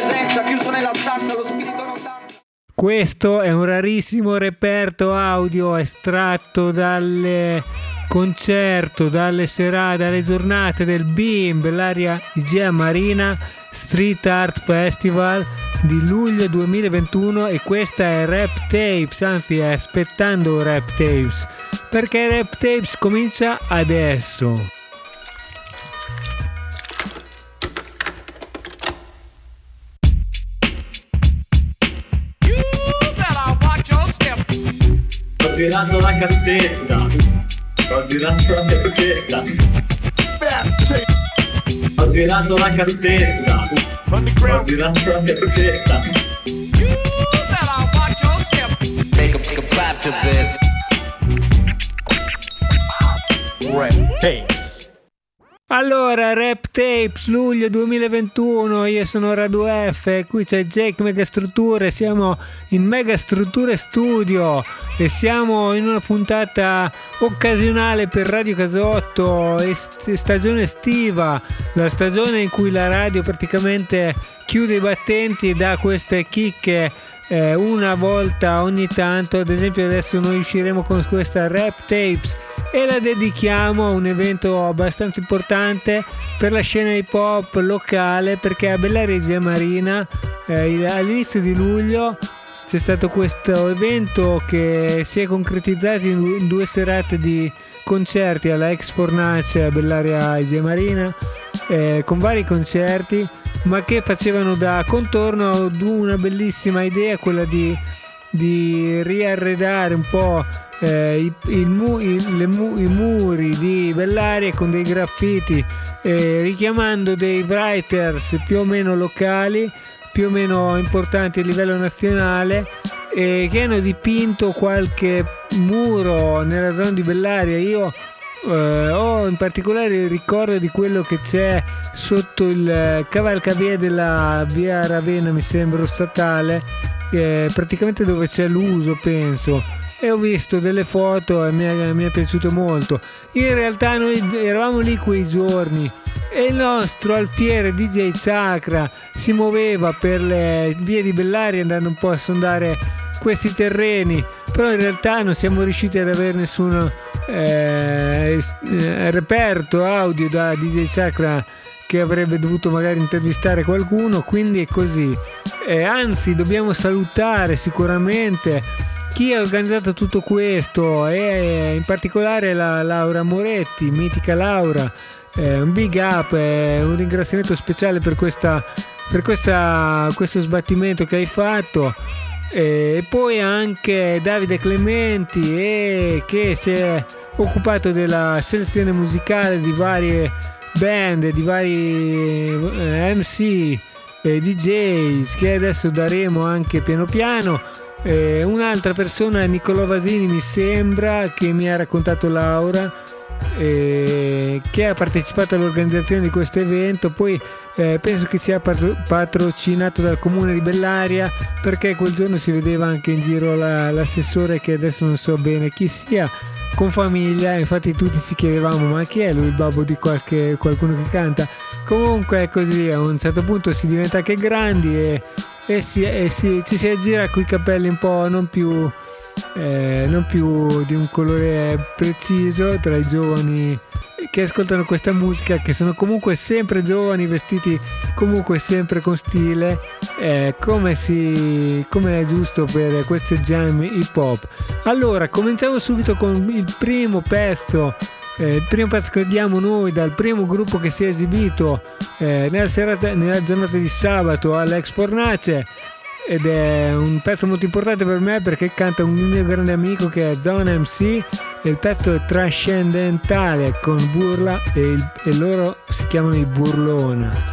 presenza, chiuso nella stanza, lo spirito non danza. Questo è un rarissimo reperto audio estratto dal concerto, dalle serate, dalle giornate del BIM, Bellaria Igea Marina Street Art Festival di luglio 2021, e questa è Rap Tapes, anzi è aspettando Rap Tapes, perché Rap Tapes comincia adesso. Ho girato la cassetta. Ho girato la cassetta. Ho girato la cassetta. Ho girato la cassetta. Take a clap to this. Rap Tapes. Allora, Rap Tapes, luglio 2021, io sono Radu F e qui c'è Jake Megastrutture, siamo in Megastrutture Studio e siamo in una puntata occasionale per Radio Casotto, stagione estiva, la stagione in cui la radio praticamente chiude i battenti e dà queste chicche una volta ogni tanto. Ad esempio adesso noi usciremo con questa Rap Tapes e la dedichiamo a un evento abbastanza importante per la scena hip hop locale, perché a Bellaria Igea Marina all'inizio di luglio c'è stato questo evento che si è concretizzato in due serate di concerti alla Ex Fornace a Bellaria Igea Marina, con vari concerti, ma che facevano da contorno ad una bellissima idea, quella di riarredare un po' i muri di Bellaria con dei graffiti, richiamando dei writers più o meno locali, più o meno importanti a livello nazionale, che hanno dipinto qualche muro nella zona di Bellaria. Io ho in particolare il ricordo di quello che c'è sotto il cavalcavia della via Ravenna, mi sembra, statale, praticamente dove c'è l'uso, penso, e ho visto delle foto e mi è piaciuto molto. In realtà noi eravamo lì quei giorni e il nostro alfiere DJ Chakra si muoveva per le vie di Bellaria andando un po' a sondare questi terreni, però in realtà non siamo riusciti ad avere nessun reperto audio da DJ Chakra, che avrebbe dovuto magari intervistare qualcuno, quindi è così. Anzi, dobbiamo salutare sicuramente chi ha organizzato tutto questo, e in particolare la Laura Moretti, mitica Laura, un big up, un ringraziamento speciale per questo sbattimento che hai fatto. E poi anche Davide Clementi, che si è occupato della selezione musicale di varie band, di vari MC, DJs, che adesso daremo anche piano piano. Un'altra persona è Niccolò Vasini, mi sembra, che mi ha raccontato Laura, che ha partecipato all'organizzazione di questo evento. Poi penso che sia patrocinato dal comune di Bellaria, perché quel giorno si vedeva anche in giro l'assessore, che adesso non so bene chi sia, con famiglia. Infatti tutti ci chiedevamo: ma chi è lui, il babbo di qualcuno che canta? Comunque è così, a un certo punto si diventa anche grandi e ci si aggira coi capelli un po' non più di un colore preciso, tra i giovani che ascoltano questa musica, che sono comunque sempre giovani, vestiti comunque sempre con stile, come è giusto per queste jam hip hop. Allora cominciamo subito con il primo pezzo che diamo noi dal primo gruppo che si è esibito nella giornata di sabato all'Ex Fornace, ed è un pezzo molto importante per me perché canta un mio grande amico che è Zona MC, e il pezzo è Trascendentale con Burla e loro si chiamano i Burlona.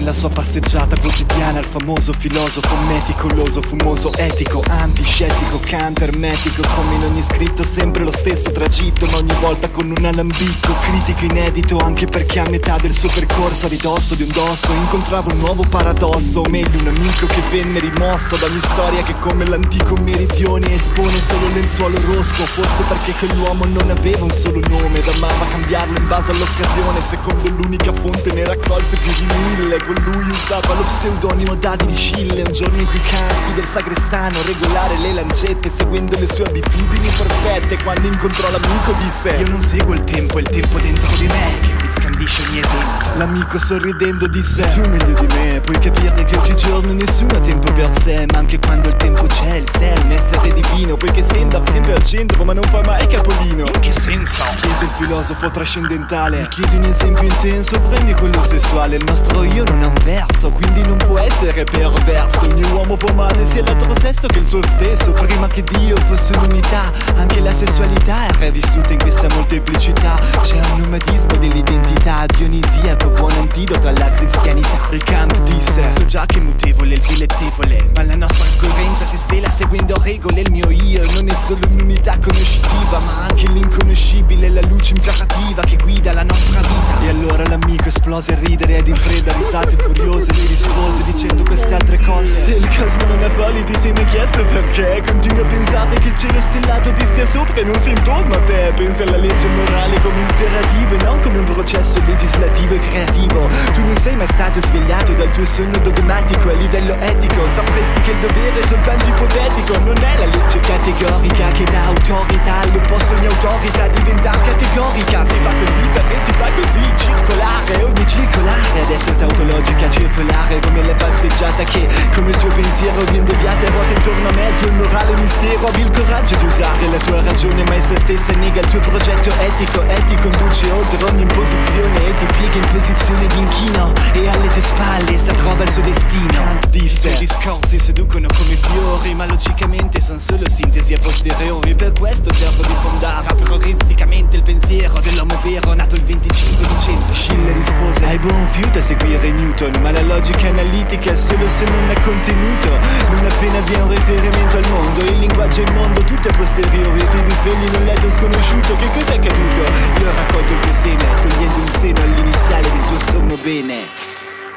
nella sua passeggiata quotidiana il famoso filosofo meticoloso, fumoso, etico, antiscettico, cantermetico, come in ogni scritto sempre lo stesso tragitto, ma ogni volta con un alambicco critico inedito, anche perché a metà del suo percorso a ridosso di un dosso incontravo un nuovo paradosso, o meglio un amico che venne rimosso da ogni storia che come l'antico meridione espone solo il lenzuolo rosso, forse perché quell'uomo non aveva un solo nome ed amava cambiarlo in base all'occasione, secondo l'unica fonte ne raccolse più di 1000, con lui usava lo pseudonimo Dadi di Scille, un giorno in cui campi del sagrestano regolare le lancette seguendo le sue abitudini perfette, quando incontrò l'amico disse: io non seguo il tempo, è il tempo dentro di me che mi scandisce ogni evento. L'amico sorridendo disse: tu meglio di me puoi capire che oggigiorno nessuno ha tempo per sé, ma anche quando il tempo c'è il sé è un essere divino, poiché sembra sempre al centro ma non fa mai capolino. In che senso? Chiese il filosofo trascendentale. Mi chiedi un esempio intenso, prendi quello sessuale, il nostro io non ha un verso, quindi non può essere perverso. Ogni uomo può amare sia l'altro sesso che il suo stesso, prima che Dio fosse un'unità, anche la sessualità era vissuta in questa molteplicità. C'è un nomadismo dell'identità dionisiaco, buon antidoto alla cristianità. E Kant disse: so già che è mutevole il dilettevole, ma la nostra coerenza si svela seguendo regole. Il mio io non è solo un'unità conoscitiva, ma anche l'inconoscibile, la luce imperativa che guida la nostra vita. E allora l'amico esplose a ridere ed in preda a risate furiose gli rispose dicendo queste altre cose: se il cosmo non ha poli ti sei mai chiesto perché? Continui a pensare che il cielo stellato ti stia sopra e non sia intorno a te. Pensa alla legge morale come imperativo e non come un processo legislativo e creativo. Tu non sei mai stato svegliato dal tuo sonno dogmatico a livello etico, sapresti che il dovere è soltanto ipotetico, non è la legge categorica che dà autorità, all'opposto ogni autorità diventa categorica. Si fa così perché si fa così, circolare, ogni circolare adesso è tautologica, circolare come la passeggiata che come il tuo pensiero viene deviata e ruota intorno a me. Il tuo immorale mistero, abbi il coraggio di usare la tua ragione, ma essa stessa nega il tuo progetto etico e ti conduce oltre ogni imposizione e ti piega in posizione di inchino e alle tue spalle essa trova il suo destino. Kant disse: i discorsi seducono come fiori, ma logicamente sono solo sintesi a posteriori, per questo cerco di fondare aprioristicamente il pensiero dell'uomo vero nato il 25 dicembre. Schiller rispose: hai buon fiuto a seguire Newton, ma la logica analitica è solo se non è contenuto. Non appena vi è un riferimento al mondo, il linguaggio è il mondo, tutto è posteriore e ti risvegli in un letto sconosciuto. Che cos'è accaduto? Io ho raccolto il tuo seme, togliendo il seno all'iniziale del tuo sommo bene.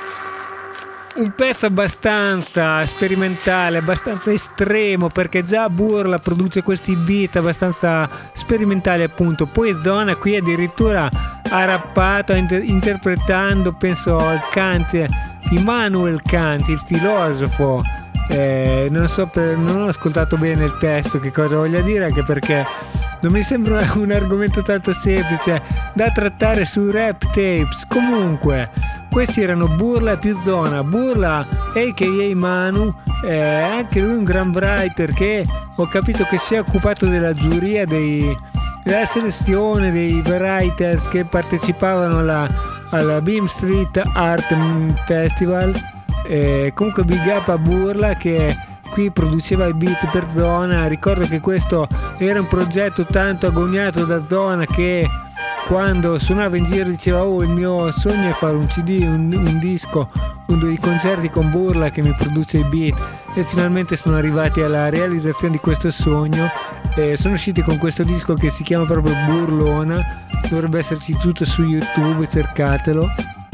Un pezzo abbastanza sperimentale, abbastanza estremo, perché già Burla produce questi beat abbastanza sperimentali appunto. Poi Zona qui addirittura ha rappato interpretando, penso al Kant, Immanuel Kant, il filosofo. Non ho ascoltato bene il testo, che cosa voglia dire, anche perché non mi sembra un argomento tanto semplice da trattare su Rap Tapes. Comunque questi erano Burla più Zona. Burla a.k.a. Manu è anche lui un gran writer che ho capito che si è occupato della giuria della selezione dei writers che partecipavano alla Beam Street Art Festival. Comunque big up a Burla che qui produceva i beat per Zona. Ricordo che questo era un progetto tanto agognato da Zona che quando suonava in giro diceva: oh, il mio sogno è fare un CD, un disco, dei concerti con Burla che mi produce i beat. E finalmente sono arrivati alla realizzazione di questo sogno. Sono usciti con questo disco che si chiama proprio Burlona, dovrebbe esserci tutto su YouTube, cercatelo.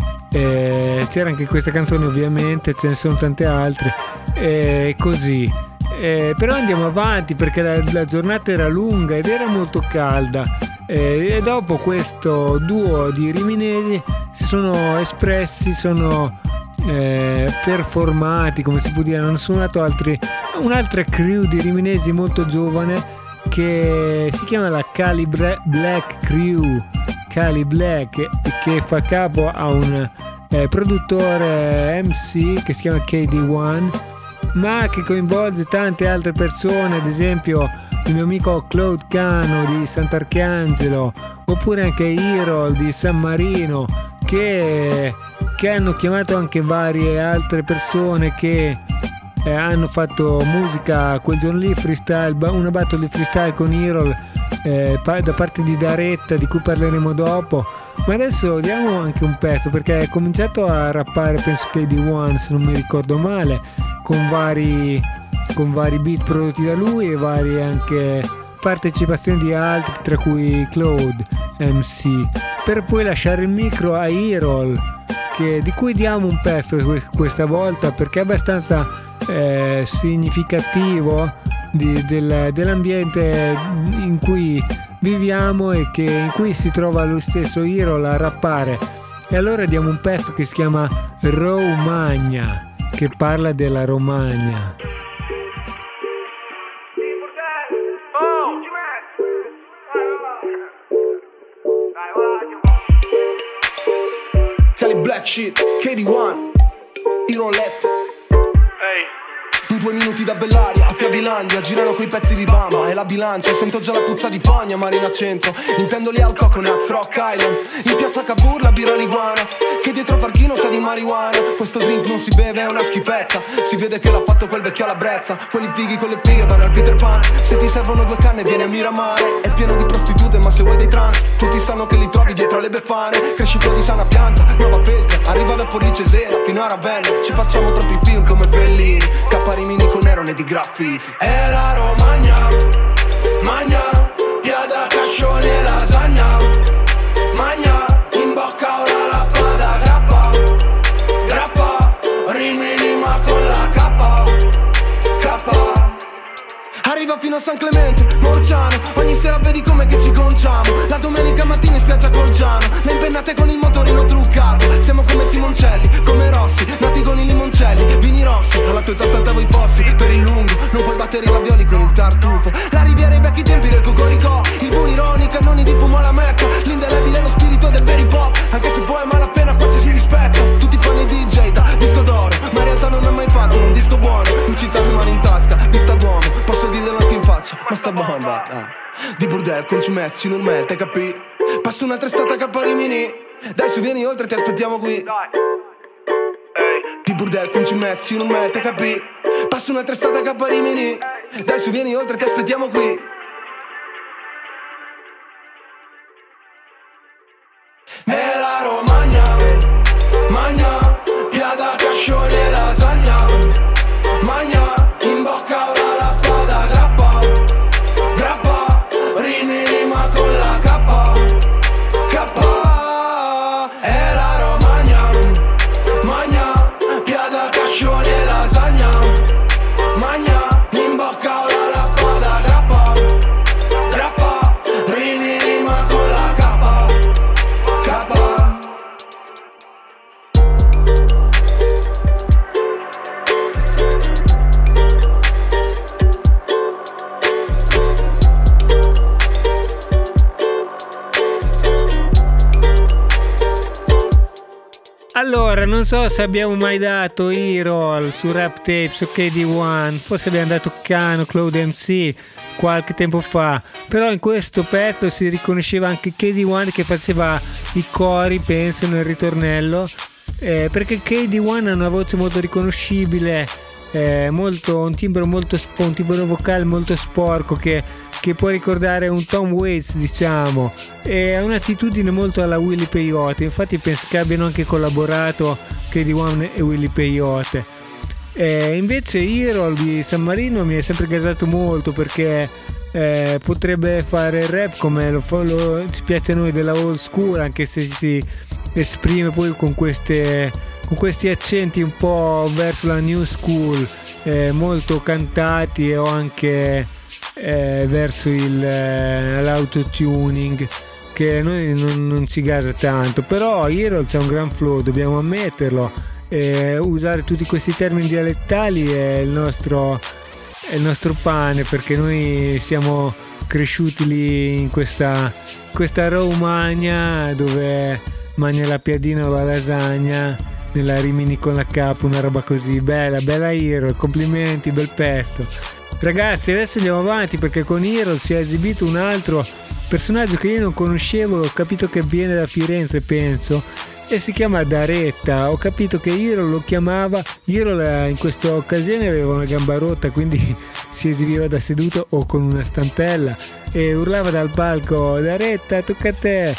C'era anche questa canzone, ovviamente ce ne sono tante altre, così. Però andiamo avanti perché la giornata era lunga ed era molto calda, e dopo questo duo di riminesi si sono espressi, sono performati, come si può dire, hanno suonato un'altra crew di riminesi molto giovane che si chiama la Cali Black Crew, Cali Black, che fa capo a un produttore MC che si chiama KD1, ma che coinvolge tante altre persone, ad esempio il mio amico Claude Cano di Sant'Arcangelo, oppure anche Hero di San Marino, che hanno chiamato anche varie altre persone che hanno fatto musica quel giorno lì, freestyle, una battle di freestyle con Hero da parte di Daretta, di cui parleremo dopo. Ma adesso diamo anche un pezzo, perché è cominciato a rappare, penso che di One, se non mi ricordo male, con vari beat prodotti da lui e varie anche partecipazioni di altri, tra cui Claude MC, per poi lasciare il micro a Erol, di cui diamo un pezzo questa volta, perché è abbastanza significativo dell'ambiente in cui viviamo e in cui si trova lo stesso Erol a rappare. E allora diamo un pezzo che si chiama Romagna, che parla della Romagna. Cali Black Shit, KD1, Iroletto. In 2 minuti da Bellaria a Fiabilandia girano coi pezzi di bamba e la bilancia. Sento già la puzza di fogna, Marina Centro. Intendo lì al Coconuts, Rock Island. In piazza Cavour la birra l'iguana, che dietro parchino sa di marijuana. Questo drink non si beve, è una schifezza. Si vede che l'ha fatto quel vecchio alla Brezza. Quelli fighi con le fighe vanno al Peter Pan. Se ti servono 2 canne vieni a Miramare. È pieno di prostitute ma se vuoi dei trans, tutti sanno che li trovi dietro alle befane. Crescito di sana pianta, nuova feltre. Arriva da Forlì Cesena fino a Ravenna. Ci facciamo troppi film come Fellini, Caparimini con Nerone di graffiti. È la Romagna, magna, piada, cascione, lasagna. Magna, in bocca ora la pada, grappa, grappa, rimini ma con la K. Arriva fino a San Clemente, Morciano. Ogni sera vedi come che ci conciamo. La domenica mattina in spiaggia col Giano. Le impennate con il motorino truccato. Siamo come Simoncelli, come Rossi, nati con i limoncelli, vini rossi. Alla tua età saltavo i fossi, per il lungo non puoi battere i ravioli con il tartufo. La riviera ai vecchi tempi del Cocoricò. Il bulironi, cannoni di fumo alla Mecca. L'indelebile è lo spirito del very pop. Anche se poi è malapena qua ci si rispetta. Tutti fanno i DJ da disco d'oro, ma in realtà non ha mai fatto un disco buono. In città con mani in tasca, vista d'uomo. Posso dirglielo anche in faccia, ma sta bomba di burdel, con cimessi, non mette, capì? Passo un'altra estate a Caparimini. Dai su vieni oltre, ti aspettiamo qui. Di burdel, con cimessi, non mette, capì? Passo un'altra estate a Caparimini. Dai su vieni oltre, ti aspettiamo qui. È la Romagna, magna, piada, cascione, lasagna. Magna, in bocca ora la pada, grappa, grappa, rimini rima con la K. È la Romagna, magna, piada, cascione, lasagna. Magna, in bocca ora la pada, grappa, grappa, rimini rima con la K. Allora, non so se abbiamo mai dato Erol su Rap Tapes o KD1, forse abbiamo dato Cano, Claude MC qualche tempo fa, però in questo pezzo si riconosceva anche KD1 che faceva i cori, penso, nel ritornello, perché KD1 ha una voce molto riconoscibile, un timbro vocale molto sporco che può ricordare un Tom Waits, diciamo, e ha un'attitudine molto alla Willy Peyote. Infatti penso che abbiano anche collaborato KD1 e Willy Peyote. Invece Erol di San Marino mi è sempre gasato molto, perché potrebbe fare il rap come ci piace a noi della old school, anche se si esprime poi con questi accenti un po' verso la new school, molto cantati, o anche verso l'autotuning, che a noi non ci gasa tanto. Però Erol c'ha un gran flow, dobbiamo ammetterlo. Usare tutti questi termini dialettali è il nostro pane, perché noi siamo cresciuti lì in questa Romagna, dove mangia la piadina o la lasagna nella Rimini con la K, una roba così. Bella Erol, complimenti, bel pezzo. Ragazzi, adesso andiamo avanti, perché con Erol si è esibito un altro personaggio che io non conoscevo, ho capito che viene da Firenze, penso, e si chiama Daretta. Ho capito che Erol lo chiamava, Erol in questa occasione aveva una gamba rotta, quindi si esibiva da seduto o con una stampella e urlava dal palco: Daretta, tocca a te.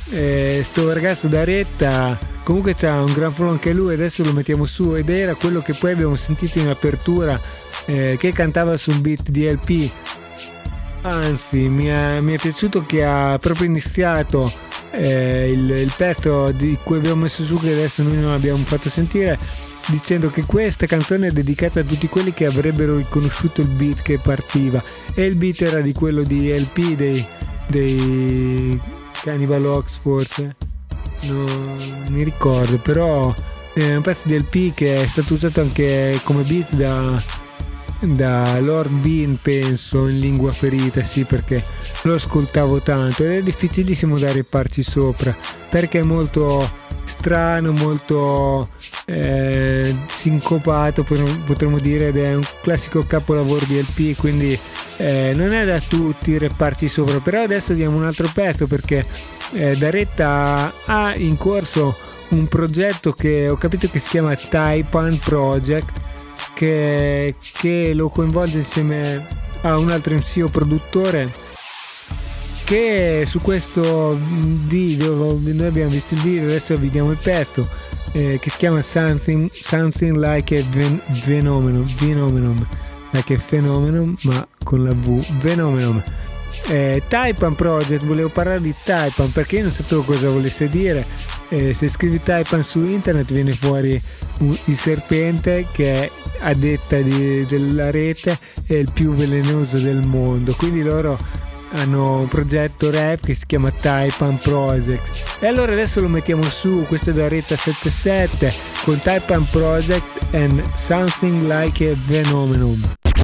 sto ragazzo d'Aretta comunque c'ha un gran flow anche lui, adesso lo mettiamo su, ed era quello che poi abbiamo sentito in apertura, che cantava su un beat di LP. Anzi, mi è piaciuto che ha proprio iniziato il pezzo di cui abbiamo messo su, che adesso noi non abbiamo fatto sentire, dicendo che questa canzone è dedicata a tutti quelli che avrebbero riconosciuto il beat che partiva, e il beat era di quello di LP dei Cannibal Ox, forse non mi ricordo, però è un pezzo di LP che è stato usato anche come beat da Lord Bean, penso, in Lingua Ferita, sì, perché lo ascoltavo tanto ed è difficilissimo da riparci sopra perché è molto strano, molto sincopato, potremmo dire, ed è un classico capolavoro di LP, quindi non è da tutti reparci sopra. Però adesso diamo un altro pezzo, perché D'Aretta ha in corso un progetto che ho capito che si chiama Taipan Project, che lo coinvolge insieme a un altro MC o produttore, che su questo video, noi abbiamo visto il video, adesso vediamo il pezzo, che si chiama Something Like a Phenomenon, like a Phenomenon, ma con la V, Phenomenon. Taipan Project, volevo parlare di Taipan perché io non sapevo cosa volesse dire. Se scrivi Taipan su internet viene fuori il serpente che, a detta della rete, è il più velenoso del mondo, quindi loro hanno un progetto rap che si chiama Taipan Project, e allora adesso lo mettiamo su. Questo è da Retta 77 con Taipan Project and Something Like a Phenomenon.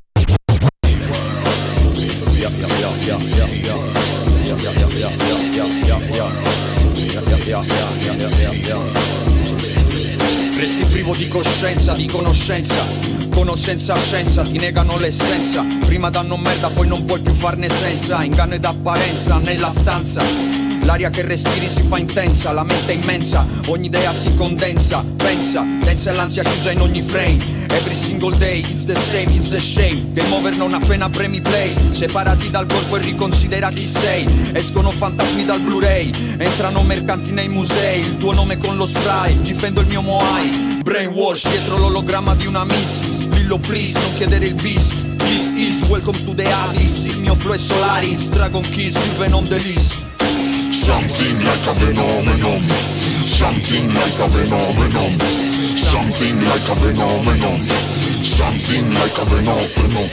Resti privo di coscienza, di conoscenza, conoscenza scienza, ti negano l'essenza. Prima danno merda, poi non puoi più farne senza. Inganno ed apparenza nella stanza. L'aria che respiri si fa intensa, la mente è immensa, ogni idea si condensa. Pensa, densa è l'ansia chiusa in ogni frame. Every single day it's the same, it's a shame. Game over non appena premi play. Separati dal corpo e riconsidera chi sei. Escono fantasmi dal Blu-ray, entrano mercanti nei musei. Il tuo nome con lo spray, difendo il mio Moai. Brainwash dietro l'ologramma di una miss. Lillo please, non chiedere il bis. This is welcome to the Abyss. Il mio flow è Solaris, Dragon Kiss, you venom the list. Something like a phenomenon. Something like a phenomenon. Something like a phenomenon. Something like a phenomenon.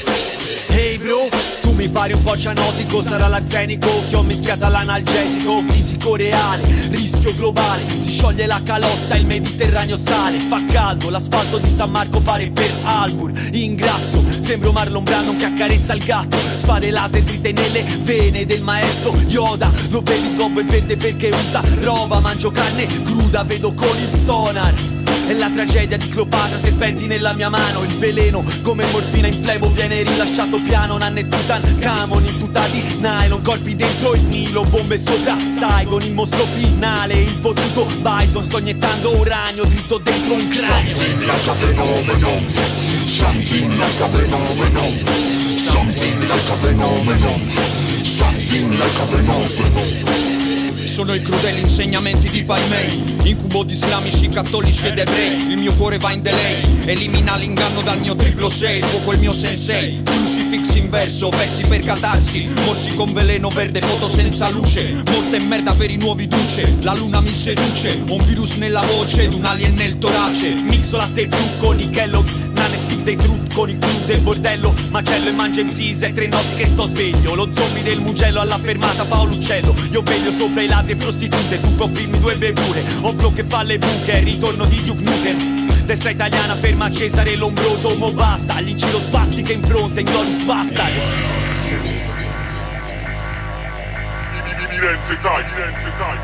Hey bro, tu mi pari un po' cianotico, sarà l'arsenico che ho mischiato all'analgesico. Fisico reale, rischio globale, si scioglie la calotta, il Mediterraneo sale. Fa caldo, l'asfalto di San Marco pare per Albur. Ingrasso, sembro Marlon Brando che accarezza il gatto. Spade laser dritte nelle vene del maestro Yoda. Lo vedi gobbo e verde perché usa roba. Mangio carne cruda, vedo con il sonar. È la tragedia di Cleopatra se perdi nella mia mano. Il veleno come morfina in flebo viene rilasciato piano. Nanne Tutankhamon in tuta di nylon. Colpi dentro il Nilo, bombe sopra Saigon. Il mostro finale, il fottuto Bison. Sto iniettando uranio dritto dentro un cranio. Something like a phenomenon. Something like a phenomenon. Something like a phenomenon. Something like a phenomenon. Sono i crudeli insegnamenti di Pai Mei, incubo di islamici, cattolici ed ebrei. Il mio cuore va in delay, elimina l'inganno dal mio triplo 6. Il fuoco è il mio sensei, crucifix in verso, versi per catarsi. Morsi con veleno verde, foto senza luce. Morte e merda per i nuovi duce. La luna mi seduce, un virus nella voce ed un alien nel torace. Mixo latte blu con i Kellogg's, nane speak dei truth con il crew del bordello. Macello e mangia MCs, è 3 notti che sto sveglio. Lo zombie del Mugello alla fermata Paolo Uccello. Io veglio sopra i ladri e prostitute, tu profilmi 2 bevure. Ho flow che fa le buche, il ritorno di Duke Nukem. Destra italiana ferma Cesare Lombroso, mo basta. Gli giro spastica in fronte, Inglourious Basterds. Firenze, dai.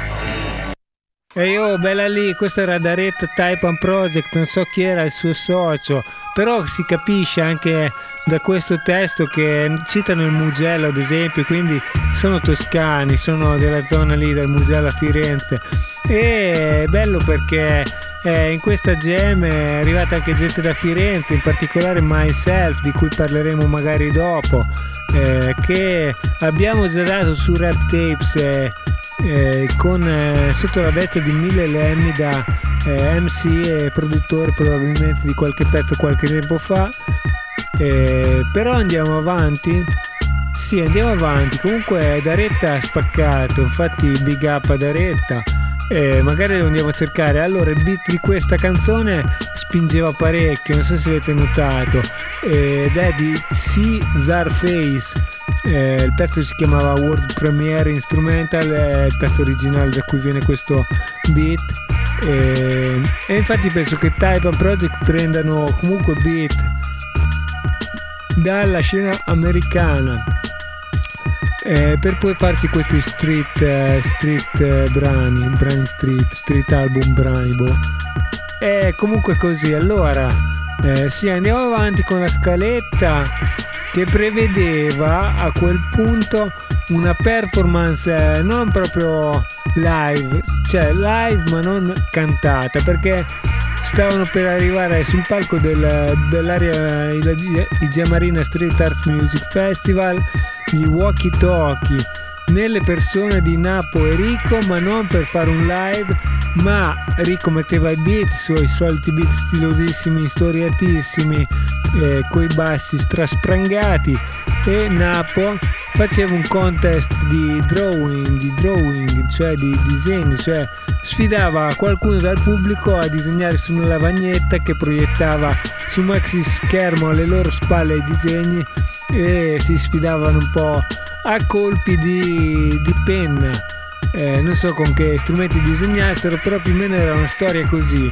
E io, bella lì, questo era da Retta Taipan Project, non so chi era il suo socio, però si capisce anche da questo testo che citano il Mugello ad esempio, quindi sono toscani, sono della zona lì del Mugello a Firenze. E è bello perché in questa jam è arrivata anche gente da Firenze, in particolare Myself, di cui parleremo magari dopo, che abbiamo già dato su Rap Tapes con sotto la veste di Mille Lemmy da MC e produttore probabilmente di qualche pezzo qualche tempo fa. Però andiamo avanti. Sì, andiamo avanti. Comunque Daretta ha spaccato, infatti big up a Daretta. Magari lo andiamo a cercare. Allora, il beat di questa canzone spingeva parecchio, non so se avete notato, ed è di Czarface. Il pezzo si chiamava World Premiere Instrumental, è il pezzo originale da cui viene questo beat, e infatti penso che Type and Project prendano comunque beat dalla scena americana, per poi farci questi street brani street album brani, comunque così. Allora sì, andiamo avanti con la scaletta che prevedeva a quel punto una performance non proprio live, cioè live ma non cantata, perché stavano per arrivare sul palco dell'area il Giamarina Street Art Music Festival gli Walkie Talkie nelle persone di Napo e Rico, ma non per fare un live, ma Rico metteva i beat, i suoi soliti beat stilosissimi, storiatissimi, coi bassi strasprangati, e Napo faceva un contest di drawing, cioè di disegni, cioè sfidava qualcuno dal pubblico a disegnare su una lavagnetta che proiettava su un maxi schermo alle loro spalle i disegni, e si sfidavano un po' a colpi di penna, non so con che strumenti disegnassero, però più o meno era una storia così.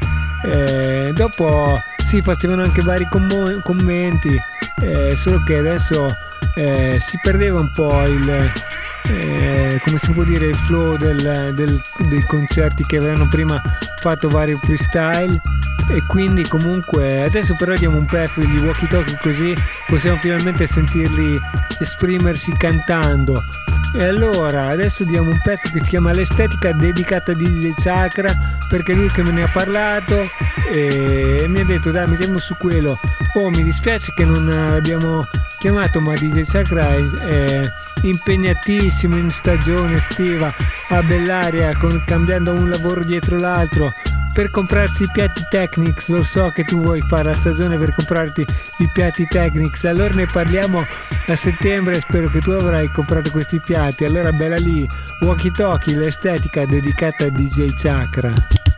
Dopo si facevano anche vari commenti, solo che adesso si perdeva un po' il come si può dire, il flow dei concerti che avevano prima fatto vari freestyle, e quindi comunque adesso però diamo un pezzo degli Walkie Talkie, così possiamo finalmente sentirli esprimersi cantando. E allora adesso diamo un pezzo che si chiama L'Estetica, dedicata a DJ Chakra, perché lui che me ne ha parlato e mi ha detto dai, mettiamo su quello. Mi dispiace che non abbiamo chiamato, ma DJ Chakra è impegnatissimo in stagione estiva a Bellaria, cambiando un lavoro dietro l'altro per comprarsi i piatti Technics. Lo so che tu vuoi fare la stagione per comprarti i piatti Technics, allora ne parliamo a settembre, spero che tu avrai comprato questi piatti. Allora bella lì, Walkie Talkie, l'estetica dedicata a DJ Chakra.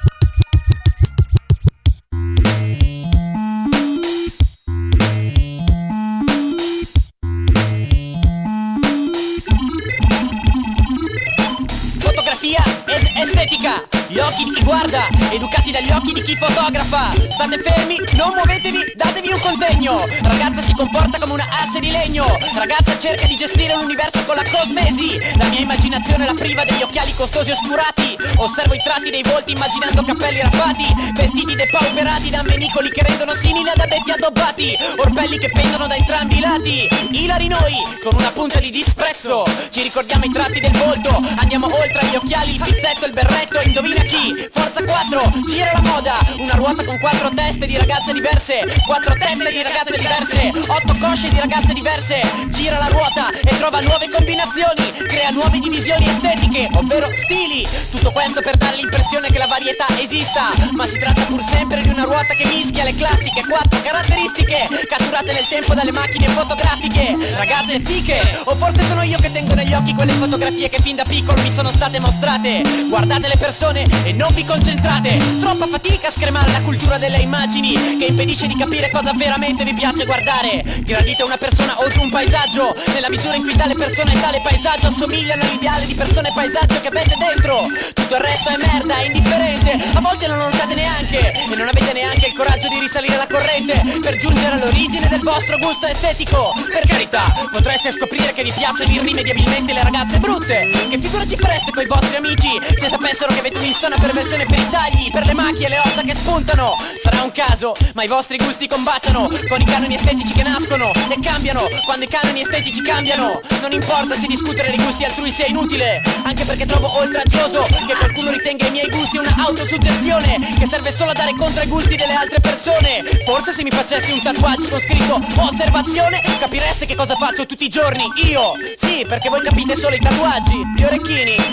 Estetica, gli occhi di chi guarda, educati dagli occhi di chi fotografa. State fermi, non muovetevi, datevi un contegno. Ragazza si comporta come una asse di legno. Ragazza cerca di gestire l'universo con la cosmesi. La mia immaginazione la priva degli occhiali costosi oscurati. Osservo i tratti dei volti immaginando cappelli rappati, vestiti depauperati da menicoli che rendono simili ad abeti addobbati, orpelli che pendono da entrambi i lati. Ilari noi, con una punta di disprezzo, ci ricordiamo i tratti del volto. Andiamo oltre agli occhiali, il pizzetto, il berretto. Indovina chi? Forza 4, gira la moda. Una ruota con 4 teste di ragazze diverse, 4 teste di ragazze diverse, 8 cosce di ragazze diverse. Gira la ruota e trova nuove combinazioni, crea nuove divisioni estetiche, ovvero stili. Tutto questo per dare l'impressione che la varietà esista, ma si tratta pur sempre di una ruota che mischia le classiche 4 caratteristiche catturate nel tempo dalle macchine fotografiche. Ragazze fiche, o forse sono io che tengo negli occhi quelle fotografie che fin da piccolo mi sono state mostrate. Guardate le persone e non vi concentrate. Troppa fatica a scremare la cultura delle immagini, che impedisce di capire cosa veramente vi piace guardare. Gradite una persona o un paesaggio nella misura in cui tale persona e tale paesaggio assomigliano all'ideale di persona e paesaggio che avete dentro. Tutto il resto è merda, è indifferente. A volte non lo notate neanche e non avete neanche il coraggio di risalire la corrente per giungere all'origine del vostro gusto estetico. Per carità, potreste scoprire che vi piacciono irrimediabilmente le ragazze brutte. Che figura ci fareste coi vostri amici se sapessero che avete un'insana perversione per i tagli, per le macchie e le ossa che spuntano? Sarà un caso, ma i vostri gusti combaciano con i canoni estetici che nascono e cambiano quando i canoni estetici cambiano. Non importa se discutere dei gusti altrui sia inutile, anche perché trovo oltraggioso che qualcuno ritenga i miei gusti una autosuggestione che serve solo a dare contro ai gusti delle altre persone. Forse se mi facessi un tatuaggio con scritto osservazione capireste che cosa faccio tutti i giorni io. Sì, perché voi capite solo i tatuaggi, gli orecchini,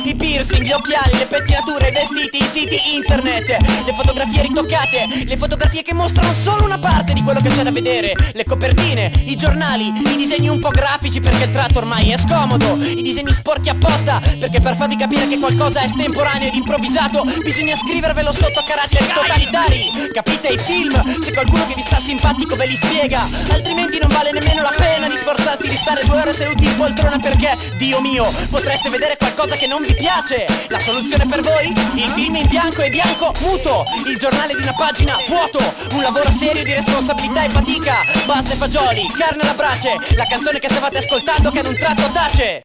I piercing, gli occhiali, le pettinature, i vestiti, i siti internet, le fotografie ritoccate, le fotografie che mostrano solo una parte di quello che c'è da vedere, le copertine, i giornali, i disegni un po' grafici perché il tratto ormai è scomodo, i disegni sporchi apposta perché per farvi capire che qualcosa è estemporaneo ed improvvisato bisogna scrivervelo sotto a caratteri totalitari. Capite? I film, se qualcuno che vi sta simpatico ve li spiega, altrimenti non vale nemmeno la pena di sforzarsi di stare 2 ore seduti in poltrona perché, Dio mio, potreste vedere qualcosa che non vi piace. La soluzione per voi? Il film in bianco e bianco muto, il giornale di una pagina vuoto, un lavoro serio di responsabilità e fatica, pasta e fagioli, carne alla brace, la canzone che stavate ascoltando che ad un tratto tace.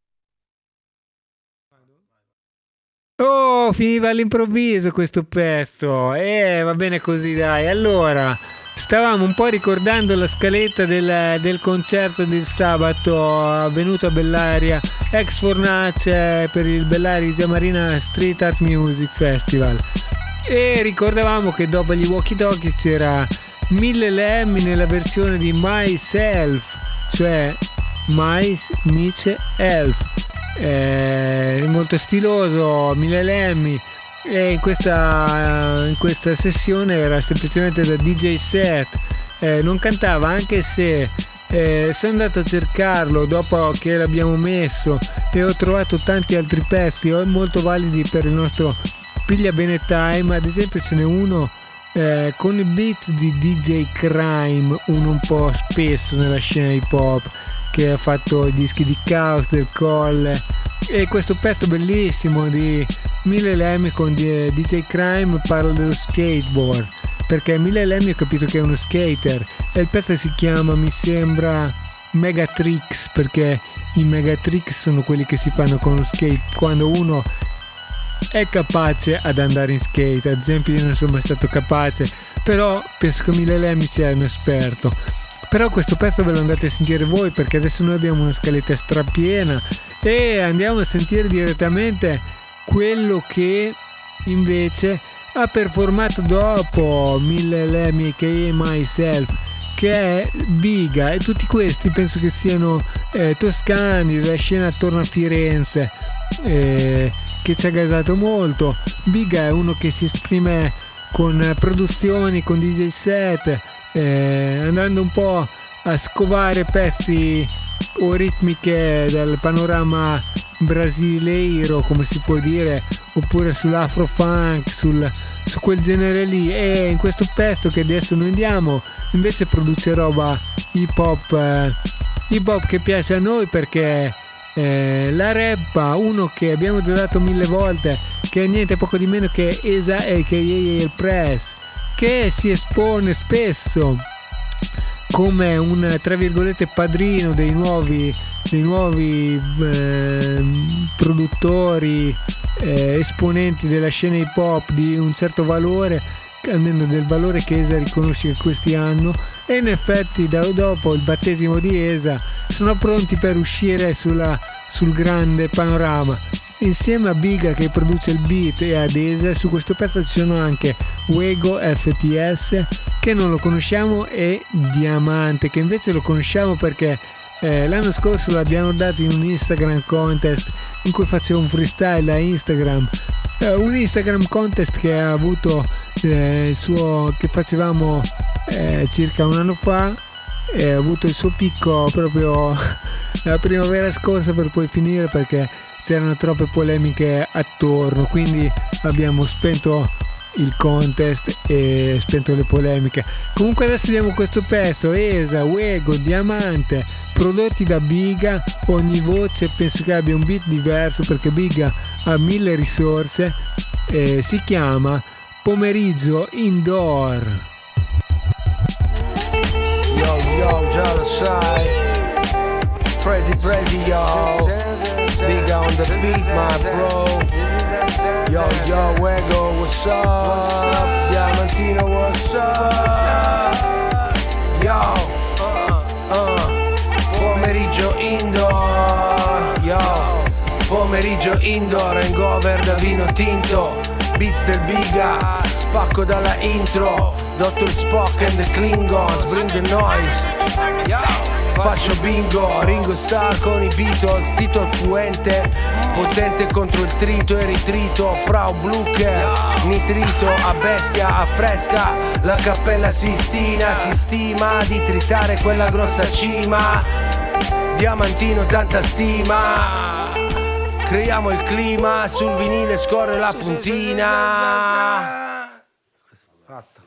Oh, finiva all'improvviso questo pezzo. Va bene così, dai. Allora, stavamo un po' ricordando la scaletta del concerto del sabato avvenuto a Bellaria, ex Fornace, per il Bellaria Isamarina Street Art Music Festival. E ricordavamo che dopo gli Walkie Talkie c'era Mille Lemmy nella versione di Myself, cioè Mice Elf. Molto stiloso, Mille Lemmy, e in questa sessione era semplicemente da DJ set, non cantava, anche se sono andato a cercarlo dopo che l'abbiamo messo e ho trovato tanti altri pezzi molto validi per il nostro Piglia Bene Time. Ad esempio ce n'è uno con il beat di DJ Crime, uno un po' spesso nella scena hip hop, che ha fatto i dischi di Caos, del Colle, e questo pezzo bellissimo di Mille Lemmy con DJ Crime parla dello skateboard, perché Mille Lemmy ho capito che è uno skater, e il pezzo si chiama, mi sembra, Megatrix, perché i Megatrix sono quelli che si fanno con lo skate quando uno è capace ad andare in skate. Ad esempio io non sono mai stato capace, però penso che Mille Lemmy sia un esperto. Però questo pezzo ve lo andate a sentire voi, perché adesso noi abbiamo una scaletta strapiena e andiamo a sentire direttamente quello che invece ha performato dopo Mille Lemmy aka Myself, che è Biga, e tutti questi penso che siano toscani, della scena attorno a Firenze, che ci ha gasato molto. Biga è uno che si esprime con produzioni, con DJ set, andando un po' a scovare pezzi o ritmiche dal panorama brasileiro, come si può dire, oppure sull'afrofunk, su quel genere lì. E in questo pezzo che adesso noi andiamo invece produce roba hip hop che piace a noi, perché la rappa, uno che abbiamo già dato 1000 volte, che è niente poco di meno che Esa aka il Press, che si espone spesso come un, tra virgolette, padrino dei nuovi produttori, esponenti della scena hip hop di un certo valore, almeno del valore che Esa riconosce che questi hanno, e in effetti dopo il battesimo di Esa sono pronti per uscire sul grande panorama. Insieme a Biga che produce il beat e ad Esa, su questo pezzo ci sono anche Wego FTS, che non lo conosciamo, e Diamante, che invece lo conosciamo perché l'anno scorso l'abbiamo dato in un Instagram contest in cui facevo un freestyle a Instagram, un Instagram contest che ha avuto che facevamo circa un anno fa, e ha avuto il suo picco proprio la primavera scorsa, per poi finire perché c'erano troppe polemiche attorno, quindi abbiamo spento il contest e spento le polemiche. Comunque adesso diamo questo pezzo, Esa, Wego, Diamante, prodotti da Biga. Ogni voce penso che abbia un beat diverso, perché Biga ha 1000 risorse, si chiama Pomeriggio Indoor. Yo, già lo sai, Prezi, yo, Biga on the beat, my bro. Yo, Wego, what's up? Diamantino, what's up? Yo, pomeriggio indoor. Yo, pomeriggio indoor, hangover da vino tinto. beats del Biga, spacco dalla intro, Dr. Spock and the Klingons, bring the noise. Faccio bingo, Ringo Starr con i Beatles, Tito Puente, potente contro il trito e ritrito, Frau Blucher, nitrito, a bestia, a fresca, la Cappella Sistina, si stima di tritare quella grossa cima, Diamantino tanta stima, creiamo il clima, sul vinile scorre la puntina. Fatta.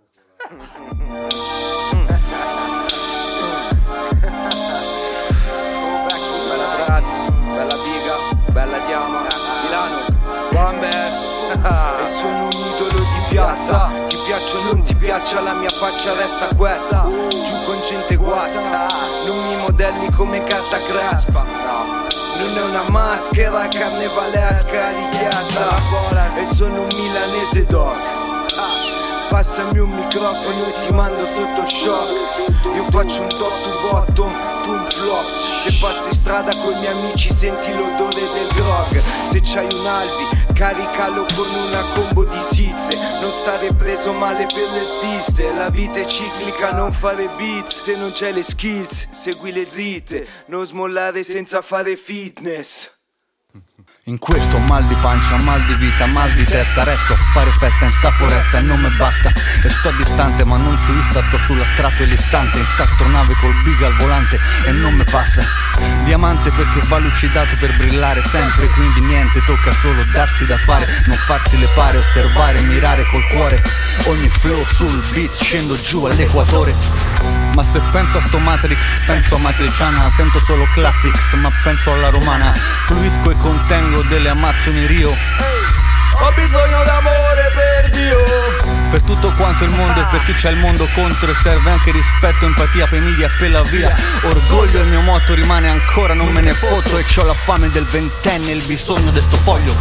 Bella Biga, bella Diama, Milano, Bambers. E sono un idolo di piazza. Ti piaccia o non ti piaccia, la mia faccia resta questa. Giù con gente guasta, non mi modelli come carta crespa. Non è una maschera carnevalesca richiesta. E sono un milanese dog. Passami un microfono e ti mando sotto shock. Io faccio un top to bottom, tu un flop. Se passi in strada con i miei amici senti l'odore del grog. Se c'hai un Alvi, caricalo con una combo di sizze. Non stare preso male per le sviste. La vita è ciclica, non fare beats. Se non c'hai le skills, segui le dritte. Non smollare senza fare fitness. In questo mal di pancia, mal di vita, mal di testa, resto a fare festa in sta foresta e non me basta. E sto distante ma non su Insta, sto sulla strato e l'istante. In sta astronave col Biga al volante e non me passa. Diamante perché va lucidato per brillare sempre. Quindi niente, tocca solo darsi da fare. Non farsi le pare, osservare, mirare col cuore. Ogni flow sul beat, scendo giù all'equatore. Ma se penso a sto Matrix, penso a Matriciana. Sento solo classics, ma penso alla romana. Fluisco e contengo delle Amazzoni Rio. Ho bisogno d'amore per Dio, per tutto quanto il mondo e per chi c'ha il mondo contro. E serve anche rispetto, empatia, peniglia e per la via. Orgoglio il mio motto rimane ancora, non me ne foto. E c'ho la fame del ventenne e il bisogno de sto foglio.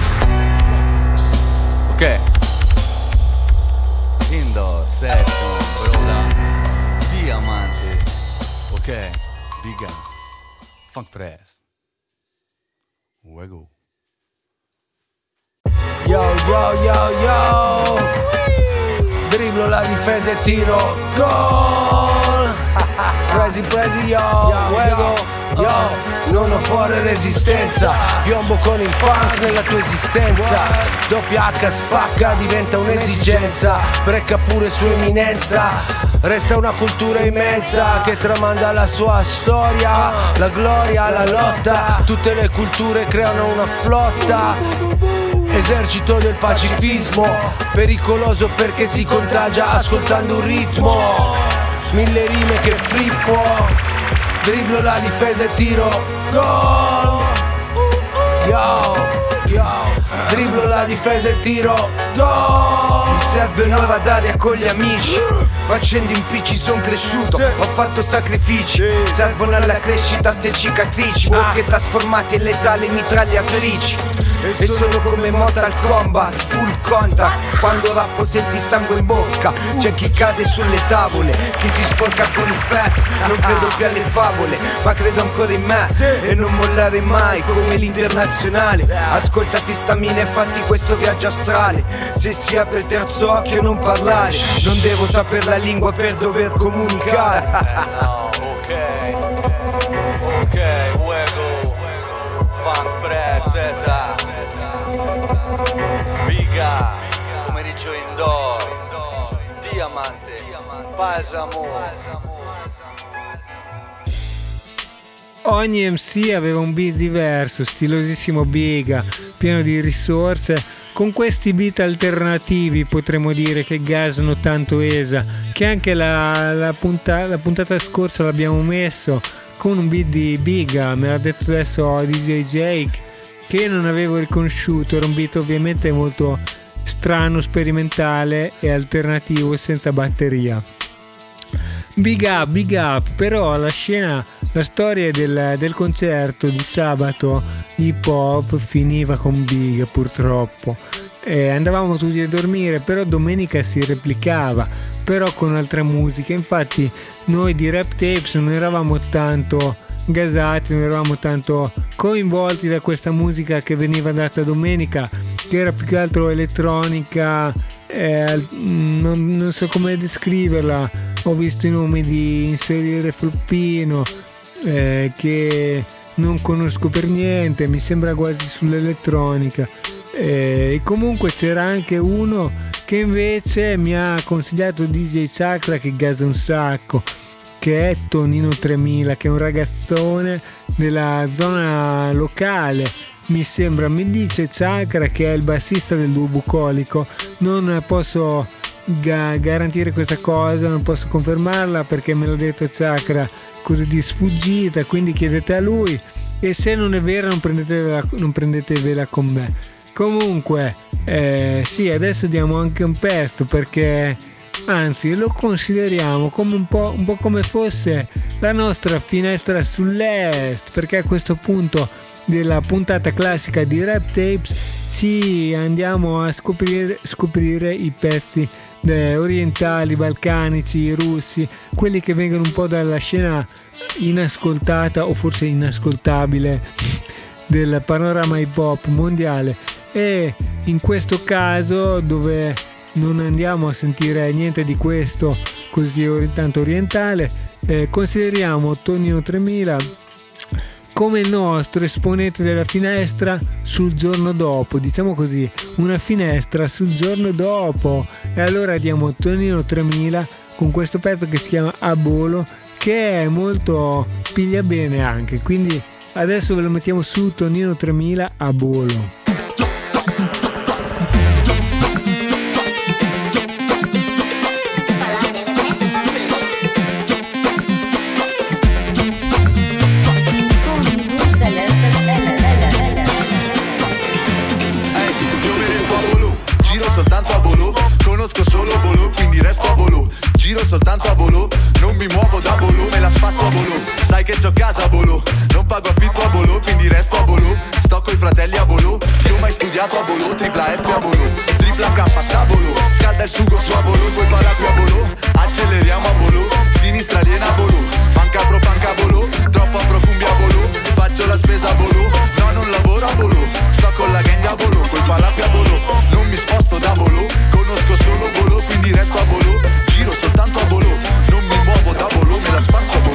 Ok. Indoor, session, broda, diamante. Ok, Biga, Funk Press. Wego. Yo, yo, yo, yo. Dribblo la difesa e tiro gol. Presi, yo, Wego, yo. Non opporre resistenza, piombo con il funk nella tua esistenza. Doppia H spacca, diventa un'esigenza. Brecca pure su eminenza. Resta una cultura immensa che tramanda la sua storia. La gloria, la lotta. Tutte le culture creano una flotta. Esercito del pacifismo, pericoloso perché si contagia ascoltando un ritmo. 1000 rime che flippo, dribblo la difesa e tiro gol. Yo, yo, dribblo la difesa e tiro gol. Mi serve un'ora d'aria con gli amici. Facendo impicci son cresciuto, ho fatto sacrifici. Servono alla crescita ste cicatrici, bocche trasformate in letali mitragliatrici. E sono come Mortal Kombat, full contact. Quando rappo senti sangue in bocca. C'è chi cade sulle tavole, chi si sporca con il fat. Non credo più alle favole, ma credo ancora in me. E non mollare mai come l'internazionale. Ascoltati stamina e fatti questo viaggio astrale. Se si apre il terzo occhio non parlare. Non devo saper la lingua per dover comunicare. No, ok, Wego, Funk Press, Biga, pomeriggio indoor, diamante, Pasamo. Ogni MC aveva un beat diverso, stilosissimo Biga, pieno di risorse. Con questi beat alternativi potremmo dire che gasano tanto Esa, che anche la puntata scorsa l'abbiamo messo con un beat di Biga, me l'ha detto adesso DJ Jake, che non avevo riconosciuto. Era un beat ovviamente molto strano, sperimentale e alternativo, senza batteria. Big up, però la storia del concerto di sabato di hip hop finiva con Biga, purtroppo. Andavamo tutti a dormire, però domenica si replicava, però con altra musica. Infatti noi di Rap Tapes non eravamo tanto gasati, non eravamo tanto coinvolti da questa musica che veniva data domenica, che era più che altro elettronica, non so come descriverla. Ho visto i nomi di Inserire Floppino, che non conosco per niente, mi sembra quasi sull'elettronica. E comunque c'era anche uno che invece mi ha consigliato DJ Chakra, che gasa un sacco, che è Tonino 3000, che è un ragazzone della zona locale. Mi dice Chakra che è il bassista del Duo Bucolico. Non posso garantire questa cosa, non posso confermarla perché me l'ha detto Chakra così di sfuggita, quindi chiedete a lui, e se non è vero non prendetevela con me. Comunque sì, adesso diamo anche un pezzo, perché anzi lo consideriamo come un po' come fosse la nostra finestra sull'est, perché a questo punto della puntata classica di Rap Tapes ci andiamo a scoprire i pezzi orientali, balcanici, russi, quelli che vengono un po' dalla scena inascoltata o forse inascoltabile del panorama hip hop mondiale. E in questo caso, dove non andiamo a sentire niente di questo così tanto orientale, consideriamo Tonino 3000 come il nostro esponente della finestra sul giorno dopo, diciamo così, una finestra sul giorno dopo. E allora diamo Tonino 3000 con questo pezzo che si chiama Abolo, che è molto piglia bene anche, quindi adesso ve lo mettiamo su Tonino 3000 Abolo. Conosco solo Bolò, quindi resto a Bolò. Giro soltanto a Bolò, non mi muovo da Bolò, me la spasso a Bolò. Sai che c'ho casa a Bolò, non pago affitto a Bolò, quindi resto a Bolò. Sto coi fratelli a Bolò, io ho mai studiato a Bolò, tripla F a Bolò, tripla K sta a Bolò. Scalda il sugo su a Bolò, poi parla qui a Bolò. Acceleriamo a Bolò, sinistra aliena a Bolò. Panca pro panca a Bolò, troppo afro cumbia a Bolò. Faccio la spesa a Bolò, no non lavoro a Bolò. Sto con la gang a Bolò, poi parla qui a Bolò. Non mi sposto da Bolò, conosco solo Bolò, quindi resto a Bolò. Giro soltanto a Bolò, non mi muovo da Bolò, me la spasso a Bolò.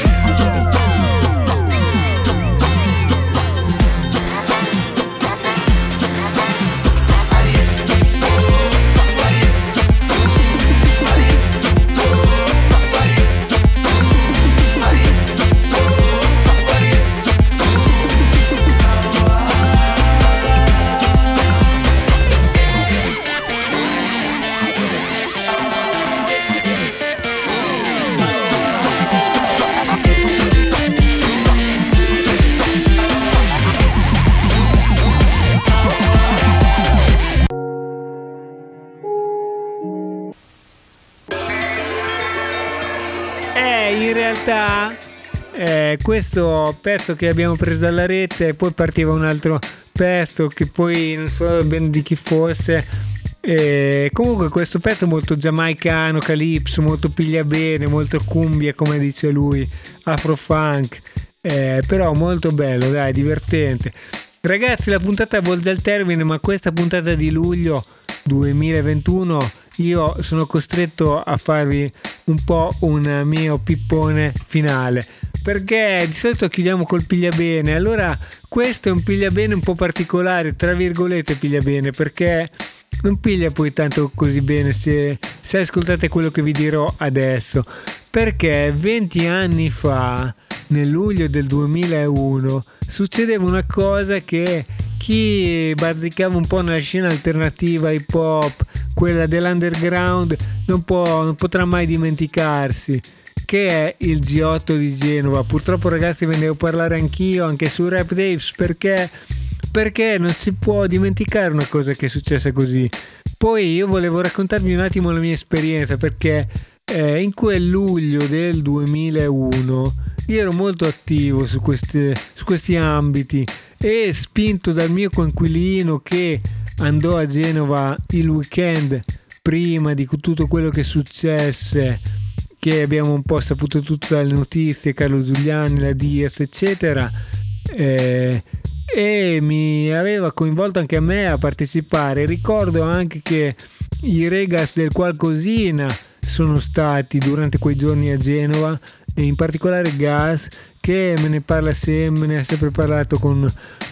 In realtà questo pezzo che abbiamo preso dalla rete, poi partiva un altro pezzo che poi non so bene di chi fosse. Comunque questo pezzo è molto giamaicano, calypso, molto piglia bene, molto cumbia come dice lui, afrofunk, però molto bello, dai, divertente. Ragazzi, la puntata volge al termine, ma questa puntata di luglio 2021 io sono costretto a farvi un po' un mio pippone finale, perché di solito chiudiamo col piglia bene. Allora questo è un piglia bene un po' particolare, tra virgolette piglia bene, perché non piglia poi tanto così bene se ascoltate quello che vi dirò adesso, perché 20 anni fa, nel luglio del 2001, succedeva una cosa che chi bazzicava un po' nella scena alternativa hip hop, quella dell'underground, non potrà mai dimenticarsi, che è il G8 di Genova. Purtroppo, ragazzi, ve ne devo parlare anch'io, anche su Rap Tapes, perché non si può dimenticare una cosa che è successa così. Poi io volevo raccontarvi un attimo la mia esperienza, perché in quel luglio del 2001 io ero molto attivo su questi ambiti, e spinto dal mio coinquilino che andò a Genova il weekend prima di tutto quello che successe, che abbiamo un po' saputo tutto dalle notizie, Carlo Giuliani, la Diaz eccetera, e mi aveva coinvolto anche a me a partecipare. Ricordo anche che i Regas del Qualcosina sono stati durante quei giorni a Genova, e in particolare Gas, che me ne ha sempre parlato con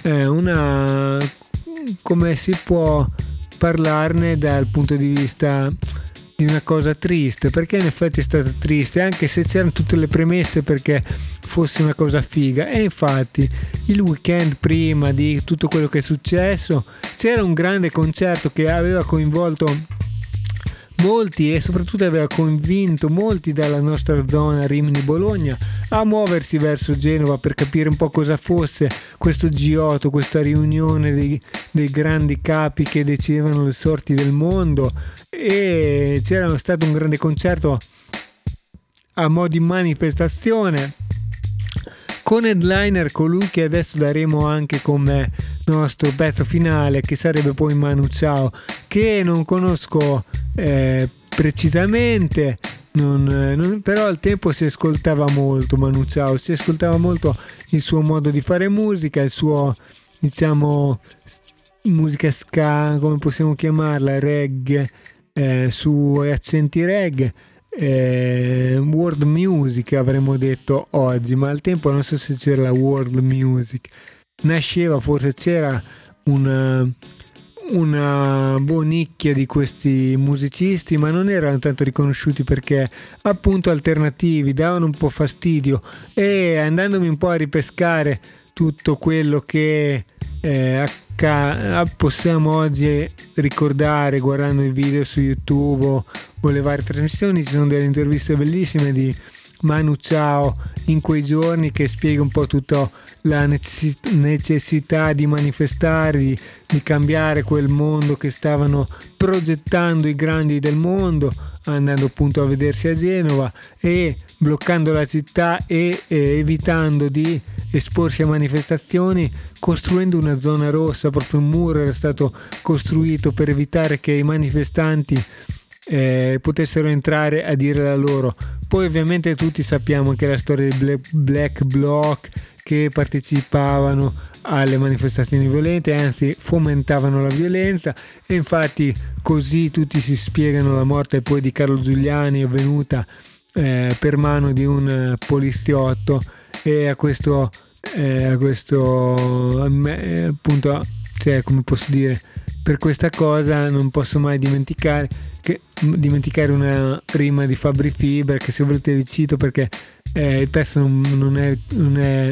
come si può parlarne dal punto di vista di una cosa triste, perché in effetti è stata triste, anche se c'erano tutte le premesse perché fosse una cosa figa. E infatti il weekend prima di tutto quello che è successo c'era un grande concerto che aveva coinvolto molti e soprattutto aveva convinto molti dalla nostra zona Rimini-Bologna a muoversi verso Genova per capire un po' cosa fosse questo G8, questa riunione dei grandi capi che decidevano le sorti del mondo. E c'era stato un grande concerto a mo' di manifestazione con headliner colui che adesso daremo anche come nostro pezzo finale, che sarebbe poi Manu Chao, che non conosco precisamente, però al tempo si ascoltava molto Manu Chao, si ascoltava molto il suo modo di fare musica, il suo, diciamo, musica ska, come possiamo chiamarla, reggae, su accenti reggae, world music avremmo detto oggi, ma al tempo non so se c'era la world music, nasceva, forse c'era una nicchia di questi musicisti, ma non erano tanto riconosciuti perché appunto alternativi, davano un po' fastidio. E andandomi un po' a ripescare tutto quello che possiamo oggi ricordare guardando i video su YouTube o le varie trasmissioni, ci sono delle interviste bellissime di Manu Chao in quei giorni che spiega un po' tutta la necessità di manifestare, di cambiare quel mondo che stavano progettando i grandi del mondo, andando appunto a vedersi a Genova e bloccando la città e evitando di esporsi a manifestazioni, costruendo una zona rossa, proprio un muro era stato costruito per evitare che i manifestanti potessero entrare a dire la loro. Poi ovviamente tutti sappiamo anche la storia dei Black Bloc che partecipavano alle manifestazioni violente, anzi fomentavano la violenza, e infatti così tutti si spiegano la morte poi di Carlo Giuliani, avvenuta per mano di un poliziotto, e a questo appunto, cioè, come posso dire, per questa cosa non posso mai dimenticare una rima di Fabri Fibra, che se volete vi cito perché il pezzo non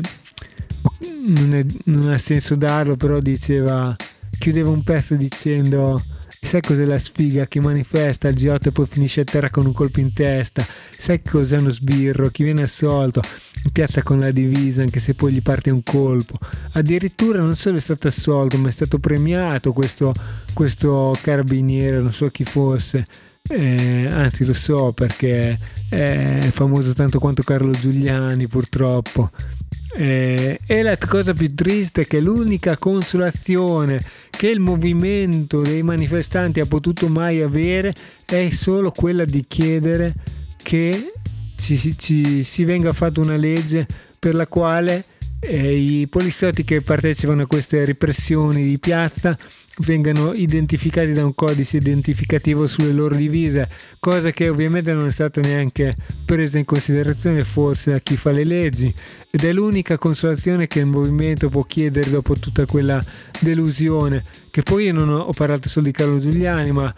ha senso darlo, però chiudeva un pezzo dicendo: sai cos'è la sfiga? Chi manifesta al G8 e poi finisce a terra con un colpo in testa. Sai cos'è uno sbirro? Chi viene assolto in piazza con la divisa anche se poi gli parte un colpo. Addirittura non solo è stato assolto, ma è stato premiato questo carabiniere, non so chi fosse, anzi lo so perché è famoso tanto quanto Carlo Giuliani, purtroppo. E la cosa più triste è che l'unica consolazione che il movimento dei manifestanti ha potuto mai avere è solo quella di chiedere che si venga fatta una legge per la quale i poliziotti che partecipano a queste repressioni di piazza vengano identificati da un codice identificativo sulle loro divise, cosa che ovviamente non è stata neanche presa in considerazione forse da chi fa le leggi, ed è l'unica consolazione che il movimento può chiedere dopo tutta quella delusione. Che poi io non ho parlato solo di Carlo Giuliani, ma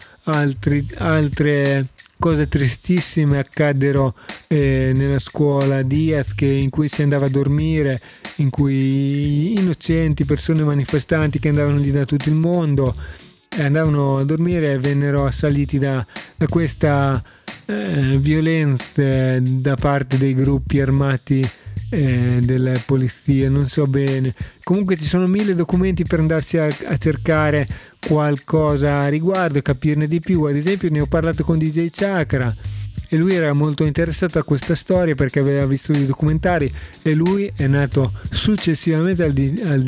altre cose tristissime accaddero nella scuola Diaz, in cui si andava a dormire, in cui innocenti persone manifestanti che andavano lì da tutto il mondo andavano a dormire e vennero assaliti da questa violenza da parte dei gruppi armati delle polizie, non so bene. Comunque ci sono 1000 documenti per andarsi a cercare qualcosa a riguardo e capirne di più. Ad esempio ne ho parlato con DJ Chakra e lui era molto interessato a questa storia perché aveva visto dei documentari, e lui è nato successivamente al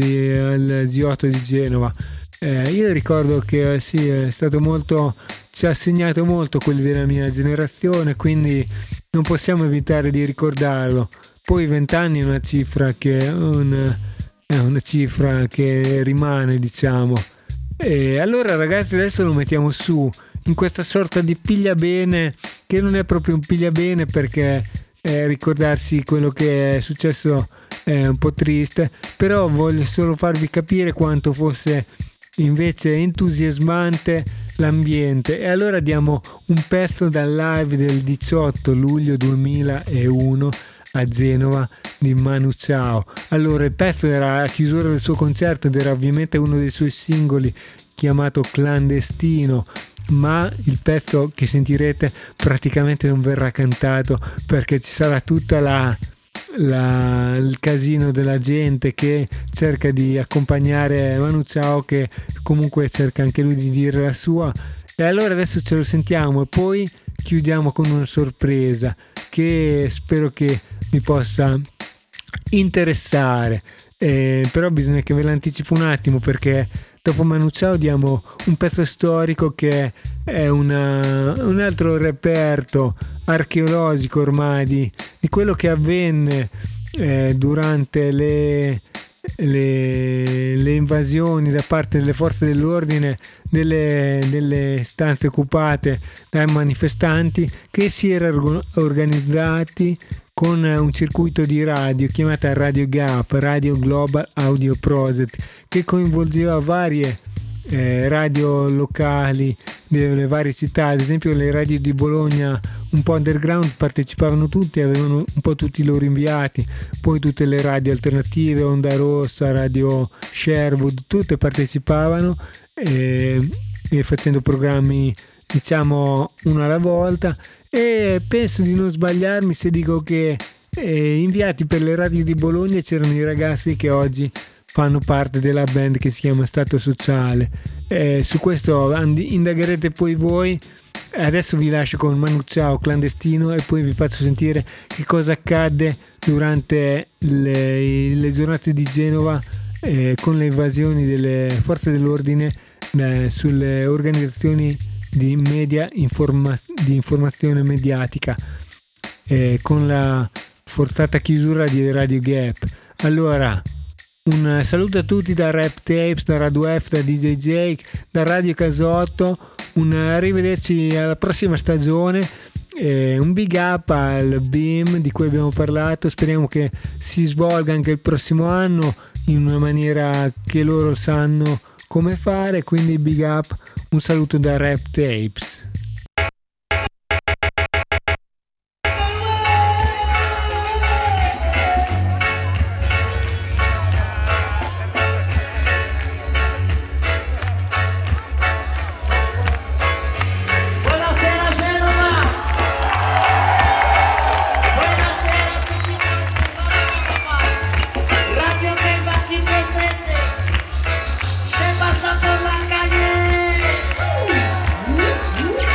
G8 di Genova. Io ricordo che sì, è stato molto, ci ha segnato molto quelli della mia generazione, quindi non possiamo evitare di ricordarlo. Poi 20 anni è una cifra che è una cifra che rimane, diciamo. E allora ragazzi, adesso lo mettiamo su in questa sorta di piglia bene, che non è proprio un piglia bene, perché ricordarsi quello che è successo è un po' triste, però voglio solo farvi capire quanto fosse invece entusiasmante l'ambiente. E allora diamo un pezzo dal live del 18 luglio 2001 a Genova di Manu Chao. Allora il pezzo era a chiusura del suo concerto ed era ovviamente uno dei suoi singoli chiamato Clandestino, ma il pezzo che sentirete praticamente non verrà cantato perché ci sarà tutta il casino della gente che cerca di accompagnare Manu Chao, che comunque cerca anche lui di dire la sua. E allora adesso ce lo sentiamo e poi chiudiamo con una sorpresa che spero che mi possa interessare, però bisogna che ve l'anticipo un attimo, perché dopo Manu Chao diamo un pezzo storico che è un altro reperto archeologico ormai di quello che avvenne durante le invasioni da parte delle forze dell'ordine delle stanze occupate dai manifestanti, che si erano organizzati con un circuito di radio chiamata Radio GAP, Radio Global Audio Project, che coinvolgeva varie radio locali delle varie città. Ad esempio le radio di Bologna, un po' underground, partecipavano tutti, avevano un po' tutti i loro inviati, poi tutte le radio alternative, Onda Rossa, Radio Sherwood, tutte partecipavano e facendo programmi, diciamo, uno alla volta. E penso di non sbagliarmi se dico che inviati per le radio di Bologna c'erano i ragazzi che oggi fanno parte della band che si chiama Stato Sociale. Su questo indagherete poi voi. Adesso vi lascio con Manu Chao, Clandestino, e poi vi faccio sentire che cosa accadde durante le giornate di Genova con le invasioni delle forze dell'ordine sulle organizzazioni di media di informazione mediatica, con la forzata chiusura di Radio Gap. Allora, un saluto a tutti da Rap Tapes, da Radio F, da DJ Jake, da Radio Casotto, un arrivederci alla prossima stagione, un big up al BIM di cui abbiamo parlato. Speriamo che si svolga anche il prossimo anno in una maniera che loro sanno come fare, quindi big up, un saluto da Rap Tapes. Pasa por la calle.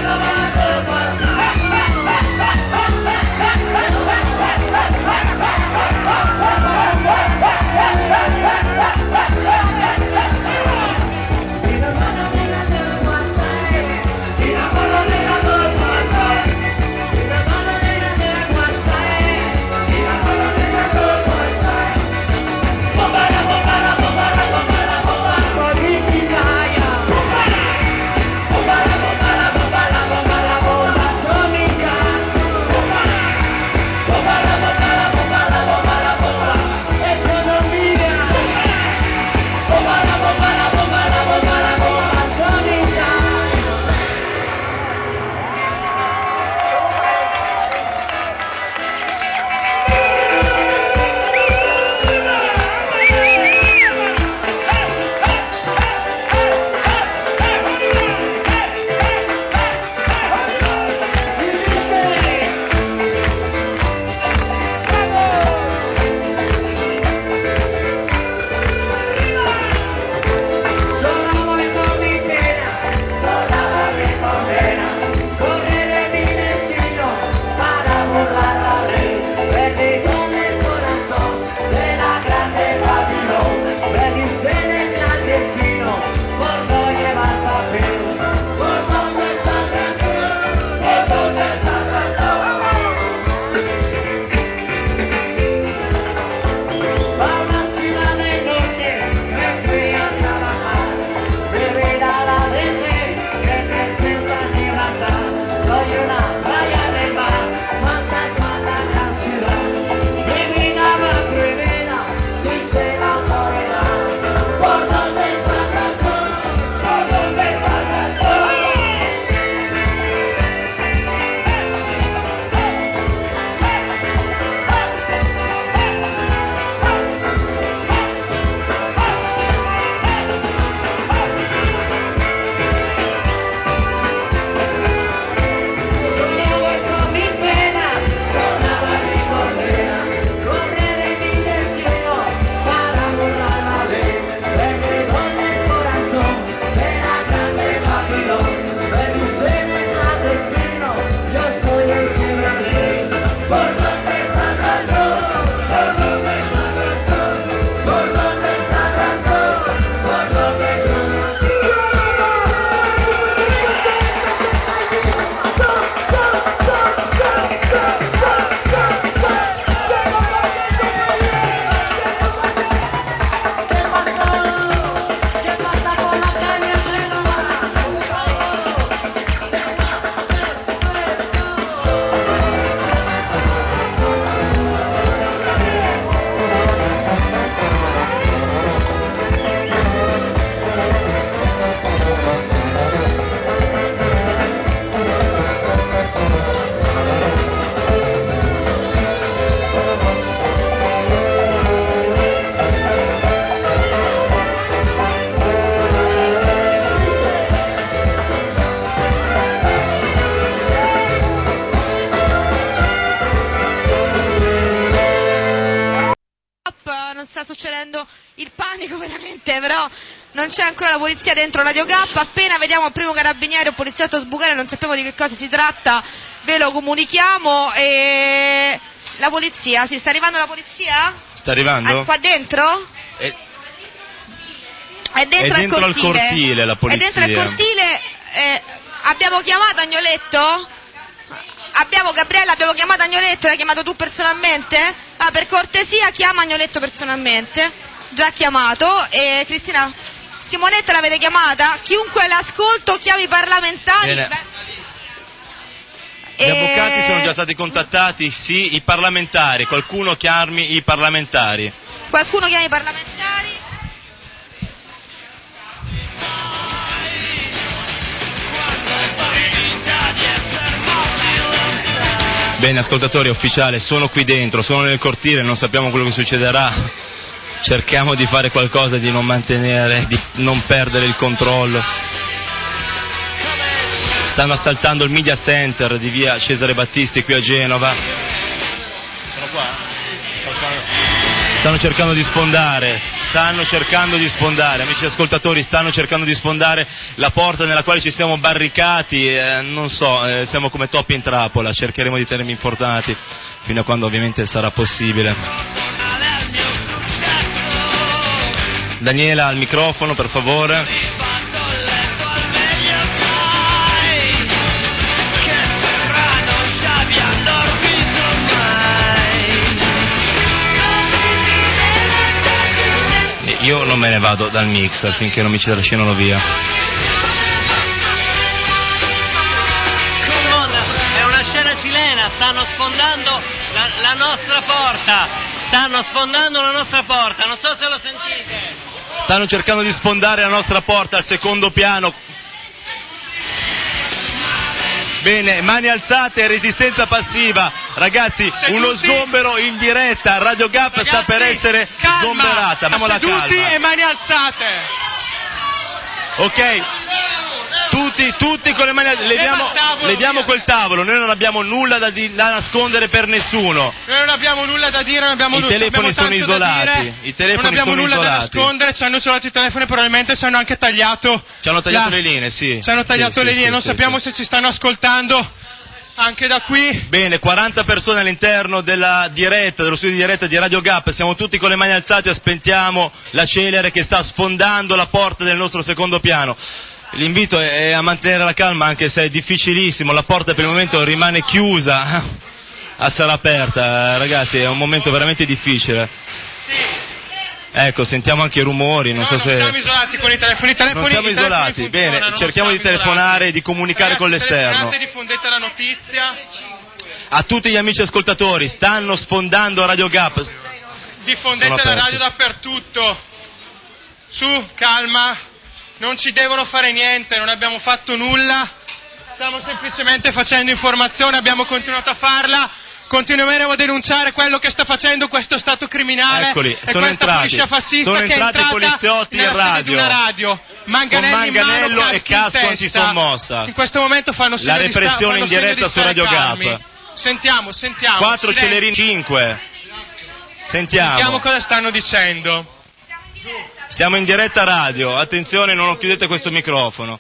sta succedendo il panico veramente, però non c'è ancora la polizia dentro Radio K. Appena vediamo il primo carabiniere o poliziotto sbucare, non sappiamo di che cosa si tratta, ve lo comunichiamo. E la polizia, sì, sta arrivando la polizia? Sta arrivando? Qua dentro? È dentro al cortile la polizia. È dentro al cortile, abbiamo chiamato Agnoletto? Gabriella, abbiamo chiamato Agnoletto, l'hai chiamato tu personalmente? Ah, per cortesia chiama Agnoletto personalmente, già chiamato. E Cristina, Simonetta l'avete chiamata? Chiunque l'ascolto chiami i parlamentari. Gli avvocati sono già stati contattati, sì, i parlamentari, qualcuno chiami i parlamentari. Qualcuno chiami i parlamentari? Bene, ascoltatori, ufficiale, sono qui dentro, sono nel cortile, non sappiamo quello che succederà. Cerchiamo di fare qualcosa, di non mantenere, di non perdere il controllo. Stanno assaltando il media center di via Cesare Battisti qui a Genova. Sono qua? Stanno cercando di sfondare. stanno cercando di sfondare, amici ascoltatori, stanno cercando di sfondare la porta nella quale ci siamo barricati, non so, siamo come topi in trappola, cercheremo di tenermi informati fino a quando ovviamente sarà possibile. Daniela al microfono, per favore. Io non me ne vado dal mixer finché non mi ci trascinano via. È una scena cilena, stanno sfondando la nostra porta. Stanno sfondando la nostra porta, non so se lo sentite. Stanno cercando di sfondare la nostra porta al secondo piano. Bene, mani alzate, resistenza passiva. Ragazzi, uno sgombero in diretta, Radio Gap sta per essere sgomberata. Seduti e mani alzate. Ok, tutti con le mani alzate, leviamo quel tavolo, noi non abbiamo nulla da nascondere per nessuno. Noi non abbiamo nulla da dire, non abbiamo I telefoni sono isolati, non abbiamo nulla da nascondere, ci hanno isolato i telefoni, probabilmente ci hanno anche tagliato. Ci hanno tagliato le linee, sì. Ci hanno tagliato le linee, non sappiamo se ci stanno ascoltando anche da qui. Bene, 40 persone all'interno dello studio di diretta di Radio Gap, siamo tutti con le mani alzate, aspettiamo la celere che sta sfondando la porta del nostro secondo piano. L'invito è a mantenere la calma, anche se è difficilissimo, la porta per il momento rimane chiusa, sarà aperta, ragazzi, è un momento veramente difficile. Ecco, sentiamo anche i rumori, non so se... Non siamo isolati con i telefoni, non siamo isolati, bene, cerchiamo di telefonare e di comunicare con l'esterno. Diffondete la notizia. A tutti gli amici ascoltatori, stanno sfondando Radio Gap. Diffondete la radio dappertutto. Su, calma, non ci devono fare niente, non abbiamo fatto nulla, stiamo semplicemente facendo informazione, abbiamo continuato a farla. Continueremo a denunciare quello che sta facendo questo stato criminale. Eccoli, e sono questa polizia fascista sono che è entrati i entrata poliziotti in radio. Di una radio. Manganello e casco antisommossa. In questo momento fanno segno la repressione in diretta su Radio Gap. Sentiamo. 4 celerini, 5. Sentiamo cosa stanno dicendo. Siamo in diretta radio, attenzione, non chiudete questo microfono.